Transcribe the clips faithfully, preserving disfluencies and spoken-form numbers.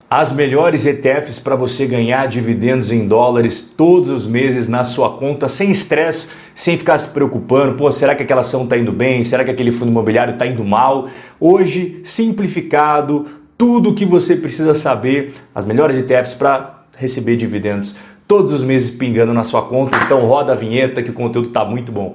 As melhores E T Fs para você ganhar dividendos em dólares todos os meses na sua conta, sem estresse, sem ficar se preocupando. Pô, será que aquela ação está indo bem? Será que aquele fundo imobiliário está indo mal? Hoje, simplificado, tudo o que você precisa saber, as melhores E T Fs para receber dividendos todos os meses pingando na sua conta. Então roda a vinheta que o conteúdo está muito bom.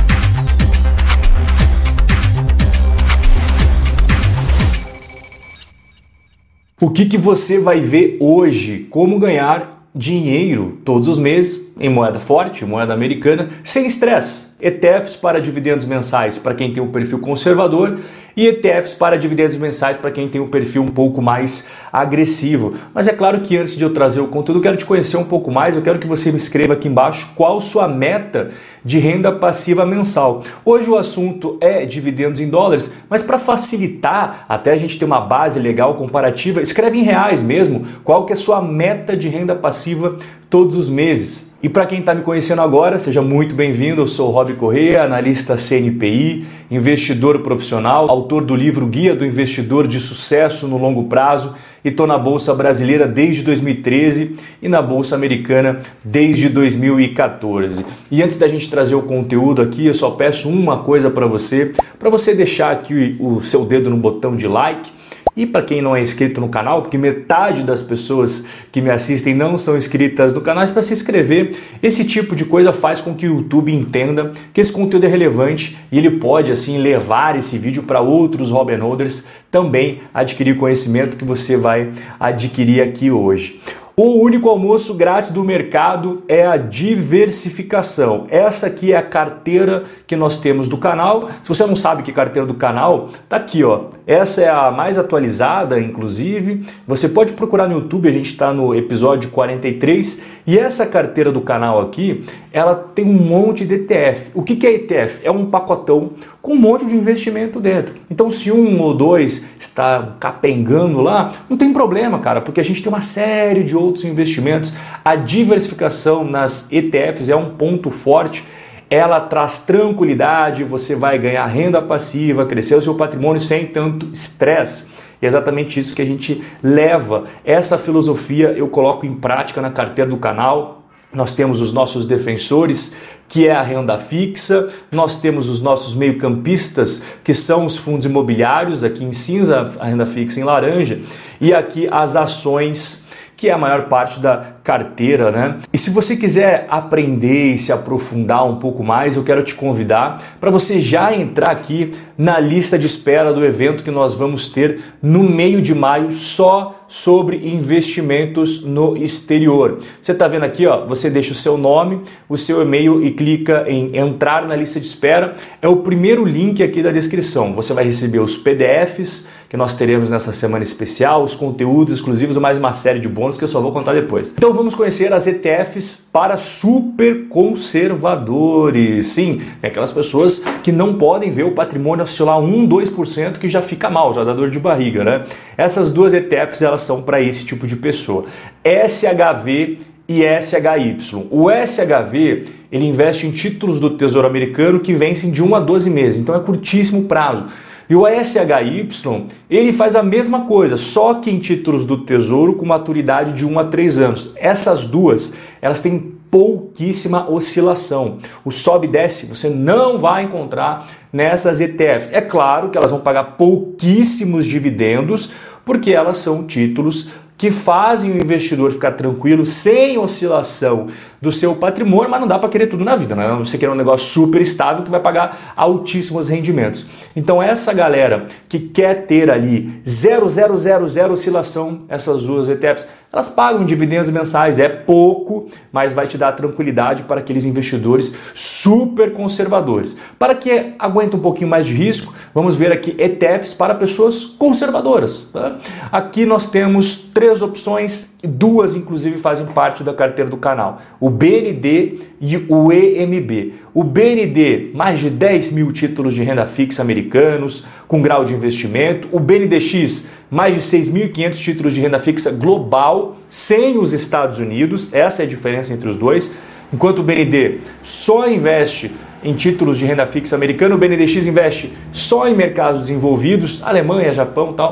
O que, que você vai ver hoje? Como ganhar dinheiro todos os meses em moeda forte, moeda americana, sem estresse. E T Fs para dividendos mensais para quem tem um perfil conservador e E T Fs para dividendos mensais para quem tem um perfil um pouco mais agressivo. Mas é claro que antes de eu trazer o conteúdo, eu quero te conhecer um pouco mais, eu quero que você me escreva aqui embaixo qual sua meta de renda passiva mensal. Hoje o assunto é dividendos em dólares, mas para facilitar, até a gente ter uma base legal comparativa, escreve em reais mesmo, qual que é a sua meta de renda passiva todos os meses. E para quem está me conhecendo agora, seja muito bem-vindo, eu sou o Rob Corrêa, analista C N P I, investidor profissional, autor do livro Guia do Investidor de Sucesso no Longo Prazo e estou na Bolsa Brasileira desde dois mil e treze e na Bolsa Americana desde dois mil e quatorze. E antes da gente trazer o conteúdo aqui, eu só peço uma coisa para você, para você deixar aqui o seu dedo no botão de like. E para quem não é inscrito no canal, porque metade das pessoas que me assistem não são inscritas no canal, é para se inscrever. Esse tipo de coisa faz com que o YouTube entenda que esse conteúdo é relevante e ele pode assim levar esse vídeo para outros Robin Holders também adquirir conhecimento que você vai adquirir aqui hoje. O único almoço grátis do mercado é a diversificação. Essa aqui é a carteira que nós temos do canal. Se você não sabe que carteira do canal, tá aqui, ó. Essa é a mais atualizada, inclusive. Você pode procurar no YouTube, a gente está no episódio quarenta e três. E essa carteira do canal aqui, ela tem um monte de E T F. O que é E T F? É um pacotão com um monte de investimento dentro. Então, se um ou dois está capengando lá, não tem problema, cara, porque a gente tem uma série de outros investimentos. A diversificação nas E T Fs é um ponto forte. Ela traz tranquilidade, você vai ganhar renda passiva, crescer o seu patrimônio sem tanto estresse. E é exatamente isso que a gente leva. Essa filosofia eu coloco em prática na carteira do canal. Nós temos os nossos defensores, que é a renda fixa. Nós temos os nossos meio-campistas, que são os fundos imobiliários, aqui em cinza, a renda fixa em laranja. E aqui as ações, que é a maior parte da carteira, né? E se você quiser aprender e se aprofundar um pouco mais, eu quero te convidar para você já entrar aqui na lista de espera do evento que nós vamos ter no meio de maio só sobre investimentos no exterior. Você está vendo aqui, ó, você deixa o seu nome, o seu e-mail e clica em entrar na lista de espera. É o primeiro link aqui da descrição. Você vai receber os P D Fs que nós teremos nessa semana especial, os conteúdos exclusivos, mais uma série de bônus que eu só vou contar depois. Então vamos conhecer as E T Fs para super conservadores. Sim, tem aquelas pessoas que não podem ver o patrimônio oscilar um, dois por cento que já fica mal, já dá dor de barriga, né? Essas duas E T Fs elas são para esse tipo de pessoa. S H V e S H Y. O S H V ele investe em títulos do Tesouro Americano que vencem de um a doze meses, então é curtíssimo prazo. E o S H Y, ele faz a mesma coisa, só que em títulos do Tesouro com maturidade de um a três anos. Essas duas, elas têm pouquíssima oscilação. O sobe e desce você não vai encontrar nessas E T Fs. É claro que elas vão pagar pouquíssimos dividendos, porque elas são títulos que fazem o investidor ficar tranquilo, sem oscilação do seu patrimônio, mas não dá para querer tudo na vida, né? Você quer um negócio super estável que vai pagar altíssimos rendimentos. Então essa galera que quer ter ali zero vírgula zero zero zero oscilação, essas duas E T Fs, elas pagam dividendos mensais, é pouco, mas vai te dar tranquilidade para aqueles investidores super conservadores. Para que aguente um pouquinho mais de risco, vamos ver aqui E T Fs para pessoas conservadoras. Tá? Aqui nós temos três opções, duas inclusive fazem parte da carteira do canal. O B N D e o E M B. O B N D, mais de dez mil títulos de renda fixa americanos, com grau de investimento. O B N D X, mais de seis mil e quinhentos títulos de renda fixa global, sem os Estados Unidos. Essa é a diferença entre os dois. Enquanto o B N D só investe em títulos de renda fixa americano, o B N D X investe só em mercados desenvolvidos, Alemanha, Japão e tal.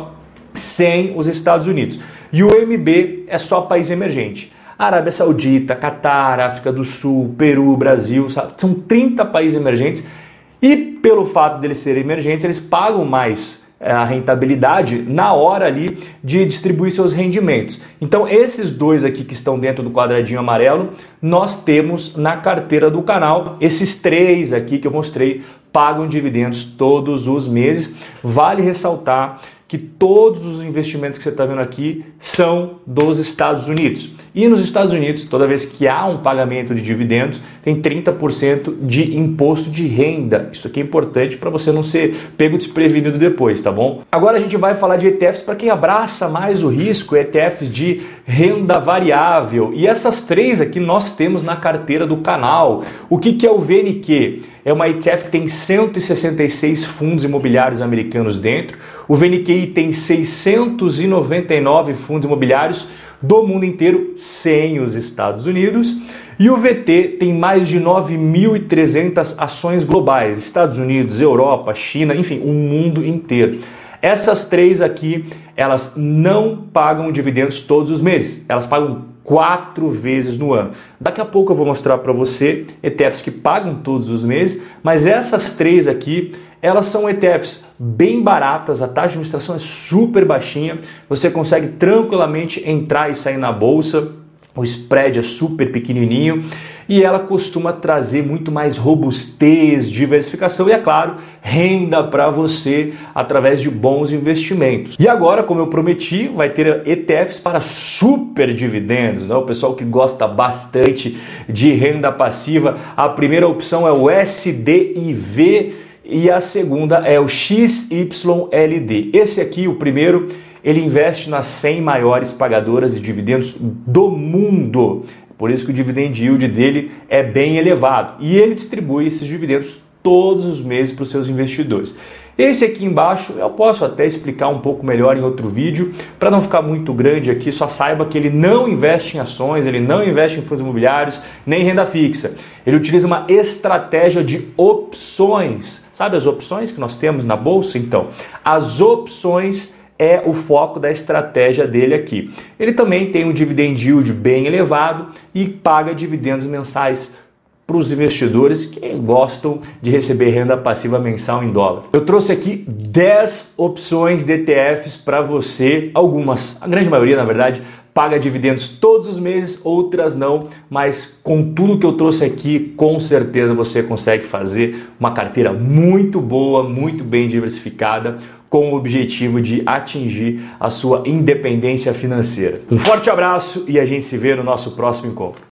sem os Estados Unidos. E o M B é só país emergente. Arábia Saudita, Catar, África do Sul, Peru, Brasil, sabe? São trinta países emergentes e pelo fato deles serem emergentes, eles pagam mais a rentabilidade na hora ali de distribuir seus rendimentos. Então esses dois aqui que estão dentro do quadradinho amarelo, nós temos na carteira do canal. Esses três aqui que eu mostrei pagam dividendos todos os meses. Vale ressaltar que todos os investimentos que você está vendo aqui são dos Estados Unidos. E nos Estados Unidos, toda vez que há um pagamento de dividendos, tem trinta por cento de imposto de renda. Isso aqui é importante para você não ser pego desprevenido depois, tá bom? Agora a gente vai falar de E T Fs para quem abraça mais o risco, E T Fs de renda variável. E essas três aqui nós temos na carteira do canal. O que, que é o V N Q? É uma E T F que tem cento e sessenta e seis fundos imobiliários americanos dentro. O V N Q I tem seiscentos e noventa e nove fundos imobiliários do mundo inteiro, sem os Estados Unidos. E o V T tem mais de nove mil e trezentas ações globais, Estados Unidos, Europa, China, enfim, o mundo inteiro. Essas três aqui, elas não pagam dividendos todos os meses, elas pagam quatro vezes no ano. Daqui a pouco eu vou mostrar para você E T Fs que pagam todos os meses, mas essas três aqui, elas são E T Fs bem baratas, a taxa de administração é super baixinha, você consegue tranquilamente entrar e sair na bolsa, o spread é super pequenininho e ela costuma trazer muito mais robustez, diversificação e, é claro, renda para você através de bons investimentos. E agora, como eu prometi, vai ter E T Fs para super dividendos, né? O pessoal que gosta bastante de renda passiva. A primeira opção é o S D I V e a segunda é o X Y L D. Esse aqui, o primeiro, ele investe nas cem maiores pagadoras de dividendos do mundo. Por isso que o dividend yield dele é bem elevado. E ele distribui esses dividendos todos os meses para os seus investidores. Esse aqui embaixo eu posso até explicar um pouco melhor em outro vídeo, para não ficar muito grande aqui, só saiba que ele não investe em ações, ele não investe em fundos imobiliários, nem renda fixa. Ele utiliza uma estratégia de opções. Sabe as opções que nós temos na bolsa? Então, as opções é o foco da estratégia dele aqui. Ele também tem um dividend yield bem elevado e paga dividendos mensais para os investidores que gostam de receber renda passiva mensal em dólar. Eu trouxe aqui dez opções de E T Fs para você, algumas, a grande maioria na verdade, paga dividendos todos os meses, outras não, mas com tudo que eu trouxe aqui, com certeza você consegue fazer uma carteira muito boa, muito bem diversificada, com o objetivo de atingir a sua independência financeira. Um forte abraço e a gente se vê no nosso próximo encontro.